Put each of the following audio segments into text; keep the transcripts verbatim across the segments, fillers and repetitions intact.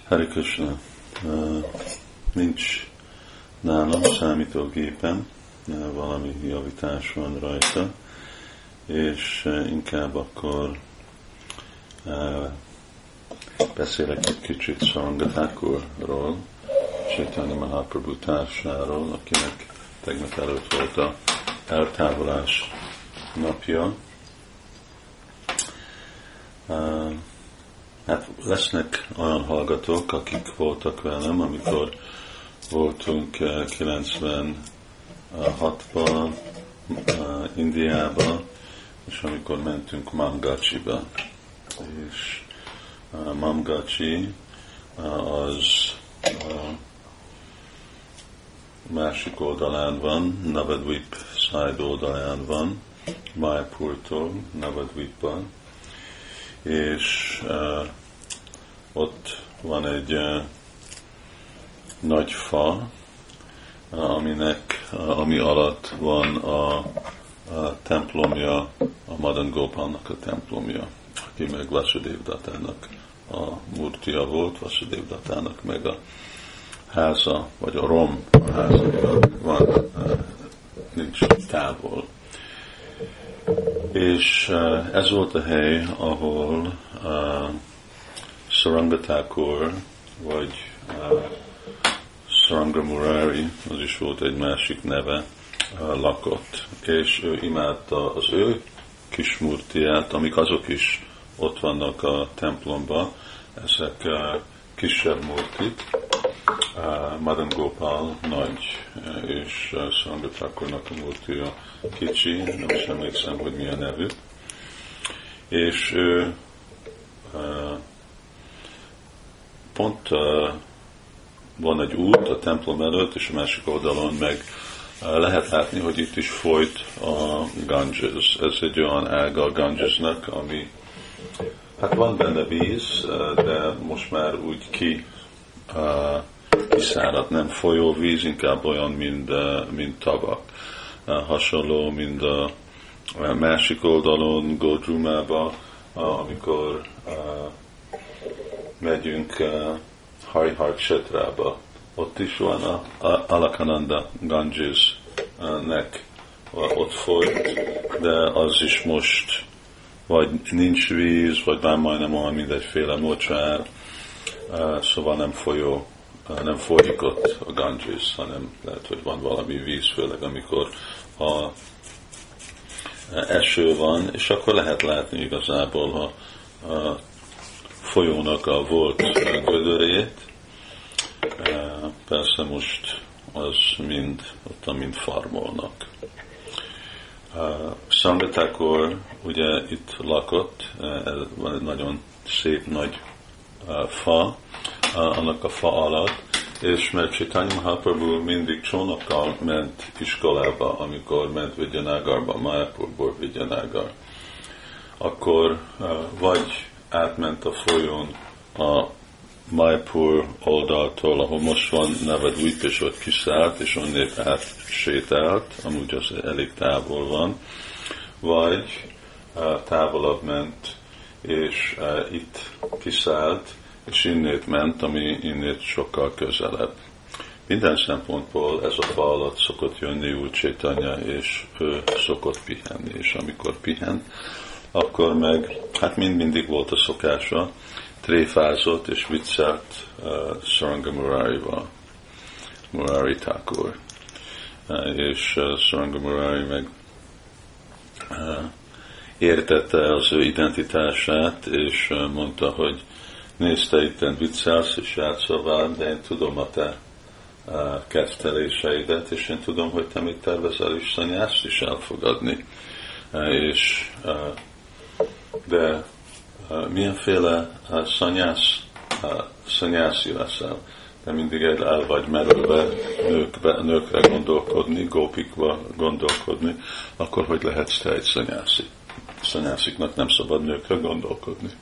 Hare Krishna. Uh, nincs nálam számítógépen, uh, valami javítás van rajta, és uh, inkább akkor uh, beszélek egy kicsit Saranga Thakurról, Chaitanya Mahaprabhu társáról, akinek tegnap előtt volt a eltávolás napja. Uh, Hát lesznek olyan hallgatók, akik voltak velem, amikor voltunk kilencvenhatban Indiába, és amikor mentünk Mamgachiba. És Mamgachi az másik oldalán van, Navadvip side oldalán van, Mayapurtól Navadvipban, és uh, ott van egy uh, nagy fa, uh, aminek, uh, ami alatt van a, a templomja, a Madan Gopalnak a templomja, aki meg Vasudev Dattának a murtia volt, Vasudev Dattának meg a háza, vagy a rom a háza van, uh, nincs távol. És uh, ez volt a hely, ahol uh, Saranga Thakur, vagy uh, Saranga Murari, az is volt egy másik neve, uh, lakott. És ő imádta az ő kis murtiát, amik azok is ott vannak a templomban, ezek uh, kisebb murtik, uh, Madan Gopal nagy, és uh, Saranga Thakurnak a murtia kicsi, nem is emlékszem, hogy mi a nevük. És ő uh, pont uh, van egy út a templom előtt, és a másik oldalon meg uh, lehet látni, hogy itt is folyt a Ganges. Ez egy olyan ága a Gangesnek, ami hát van benne víz, uh, de most már úgy ki uh, kiszáradt, nem folyóvíz, inkább olyan, mint, uh, mint tavak. Uh, hasonló, mint a uh, másik oldalon, Godrumába, uh, amikor uh, megyünk uh, Harihar Kshetrába. Ott is van a, a Alakananda Ganges-nek uh, ott folyt, de az is most vagy nincs víz, vagy már majdnem olyan, mint egyféle mocsár, uh, szóval nem folyó, uh, nem folyik ott a Ganges, hanem lehet, hogy van valami víz, főleg amikor a eső van, és akkor lehet látni igazából a, a folyónak a volt gödörét. Persze most az mind, ott mind farmolnak. Saranga Thakur ugye itt lakott, ez van egy nagyon szép nagy fa, annak a fa alatt, és mert Chaitanya Mahaprabhu mindig csónakkal ment iskolába, amikor ment Vidyanagarba, Mayapurból Vidyanagar, akkor vagy átment a folyón a Mayapur oldaltól, ahol most van Navadvip, és ott kiszállt, és onnét át sétált, amúgy az elég távol van, vagy távolabb ment, és itt kiszállt, és innét ment, ami innét sokkal közelebb. Minden szempontból ez a fa alatt szokott jönni úgy Chaitanya, és ő szokott pihenni, és amikor pihent, akkor meg, hát mind mindig volt a szokása, tréfázott és viccelt uh, Saranga Murarival, Murari Thakur. Uh, és uh, Saranga Murari meg uh, értette az ő identitását, és uh, mondta, hogy nézd, te itten viccelsz és játszol velem, de én tudom a te uh, ketteléseidet, és én tudom, hogy te mit tervezel is szanyászt is elfogadni. Uh, és uh, de uh, milyenféle uh, szanyász, uh, szanyászi leszel? De mindig el vagy merülve nőkbe, nőkre gondolkodni, gópikba gondolkodni, akkor hogy lehetsz te egy szanyászi? Szanyásziknak nem szabad nőkre gondolkodni.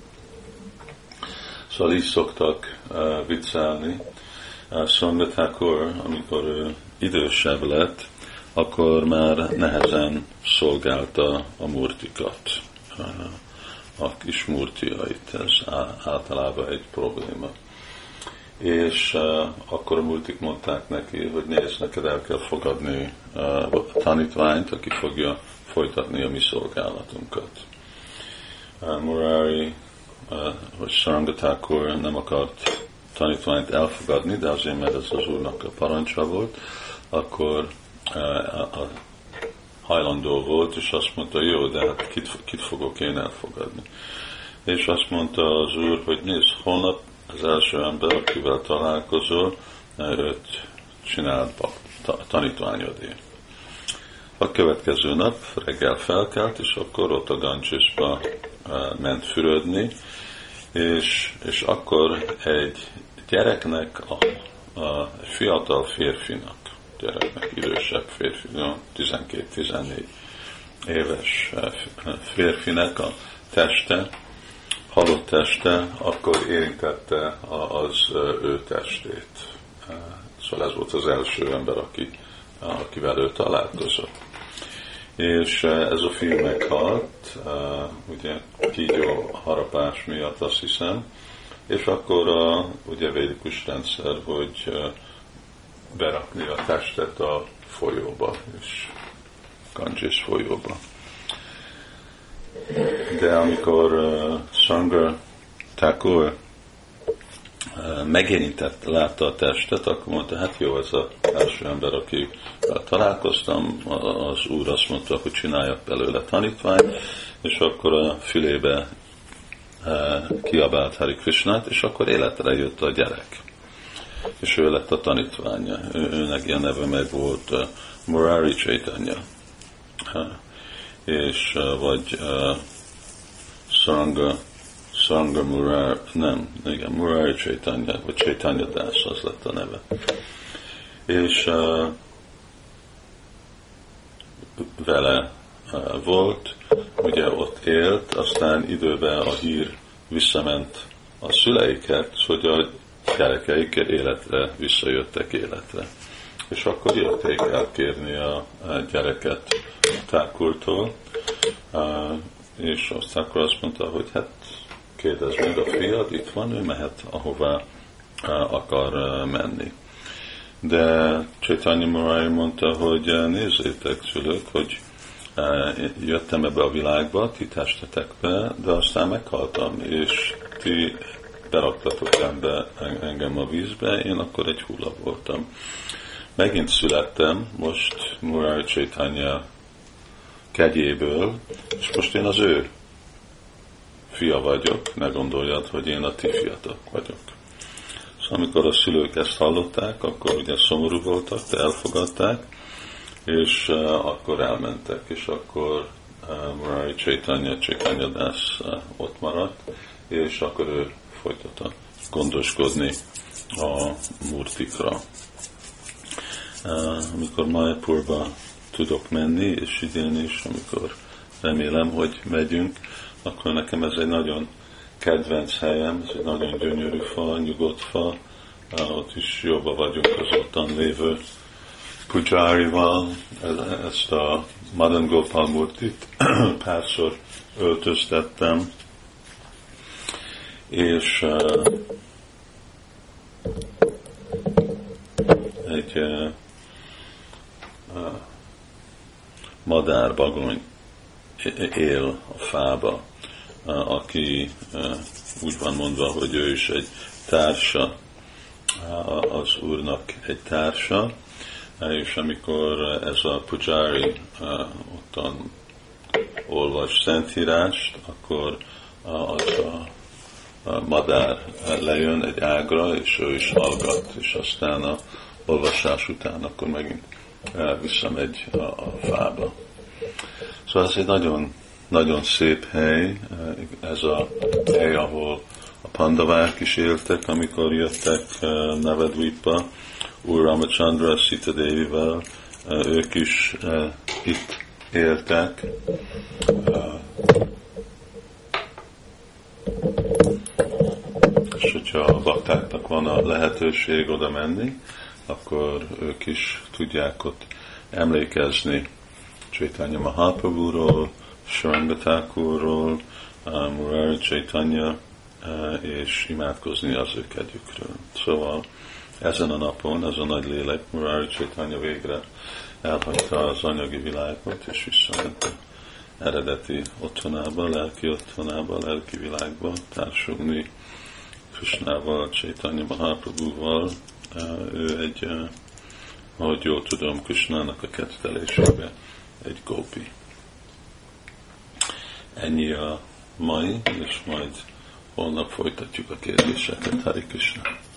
Szóval így szoktak uh, viccelni. Uh, Saranga Thakur, amikor ő idősebb lett, akkor már nehezen szolgálta a murtikat, uh, a kis murtiait. Ez általában egy probléma. és uh, akkor a multik mondták neki, hogy nézd, neked el kell fogadni uh, a tanítványt, aki fogja folytatni a mi szolgálatunkat. Uh, Murari, uh, vagy Saranga Thakur nem akart tanítványt elfogadni, de azért, mert ez az úrnak a parancsa volt, akkor uh, a hajlandó volt, és azt mondta, jó, de hát kit, kit fogok én elfogadni. És azt mondta az úr, hogy nézd, holnap az első ember, akivel találkozol, őt csináld tanítványodé. A következő nap reggel felkelt, és akkor ott a Gancsisba ment fürödni, és, és akkor egy gyereknek, a, a fiatal férfinak, gyereknek, idősebb férfi, tizenkét-tizennégy éves férfinek a teste, halott teste, akkor érintette az ő testét. Szóval ez volt az első ember, aki, akivel ő találkozott. És ez a fiú meghalt, ugye kígyó harapás miatt, azt hiszem, és akkor a, ugye védikus rendszer, hogy berakni a testet a folyóba, és Ganges folyóba. De amikor uh, Saranga Thakur uh, megérintett, látta a testet, akkor mondta, hát jó, ez az első ember, aki uh, találkoztam, az úr azt mondta, hogy csináljak belőle tanítványt, és akkor a fülébe uh, kiabált Hari Krishnát, és akkor életre jött a gyerek. És ő lett a tanítványa. Ő, őnek ilyen neve meg volt uh, Murari Chaitanya. Uh, és uh, vagy uh, Saranga, Saranga Murari, nem, igen, Murari Chaitanya, vagy Chaitanya Das, az lett a neve. És uh, vele uh, volt, ugye ott élt, aztán időben a hír visszament a szüleiket, hogy a gyerekeik életre visszajöttek életre. És akkor jötték elkérni a gyereket Thakurtól, és azt akkor azt mondta, hogy hát kérdezd meg a fiad, itt van, ő mehet ahová akar menni. De Chaitanya Murari mondta, hogy nézzétek, szülők, hogy jöttem ebbe a világba, ti testetekbe, de aztán meghaltam, és ti beraktatok ember, engem a vízbe, én akkor egy hulla voltam. Megint születtem, most Murari Chaitanya kegyéből, és most én az ő fia vagyok, ne gondoljad, hogy én a ti fiatok vagyok. Szóval amikor a szülők ezt hallották, akkor ugye szomorú voltak, de elfogadták, és uh, akkor elmentek, és akkor uh, Murari Chaitanya, Chaitanya Das uh, ott maradt, és akkor ő folytatta gondoskodni a murtikra. Uh, amikor Mayapurba tudok menni, és idén is, amikor remélem, hogy megyünk, akkor nekem ez egy nagyon kedvenc helyem, ez egy nagyon gyönyörű fa, nyugodt fa, uh, ott is jobban vagyunk az ottan lévő Pujarival, ezt a Madan Gopal Murtit párszor öltöztettem, és uh, egy uh, uh, madárbagony él a fába, uh, aki uh, úgy van mondva, hogy ő is egy társa, uh, az úrnak egy társa, uh, és amikor ez a pujari uh, ottan olvas szentírást, akkor uh, az a a madár lejön egy ágra, és ő is hallgat, és aztán a olvasás után akkor megint visszamegy a, a fába. Szóval ez egy nagyon, nagyon szép hely, ez a hely, ahol a pandavák is éltek, amikor jöttek Navadvipa, Úr Ramachandra, Sita Devivel, ők is itt éltek. És hogyha a baktáknak van a lehetőség oda menni, akkor ők is tudják ott emlékezni Chaitanya Mahaprabhuról, Saranga Thakurról, Murari Chaitanya, és imádkozni az ő kedvükről. Szóval ezen a napon, ez a nagy lélek, Murari Chaitanya végre elhagyta az anyagi világot, és visszament az eredeti otthonába, lelki otthonába, lelki világba, társulni Krishnával, Chaitanya Mahaprabhuval. Ő egy, ahogy jól tudom, Krishnának a kettelésébe egy gópi. Ennyi a mai, és majd holnap folytatjuk a kérdéseket. Hari Krishna!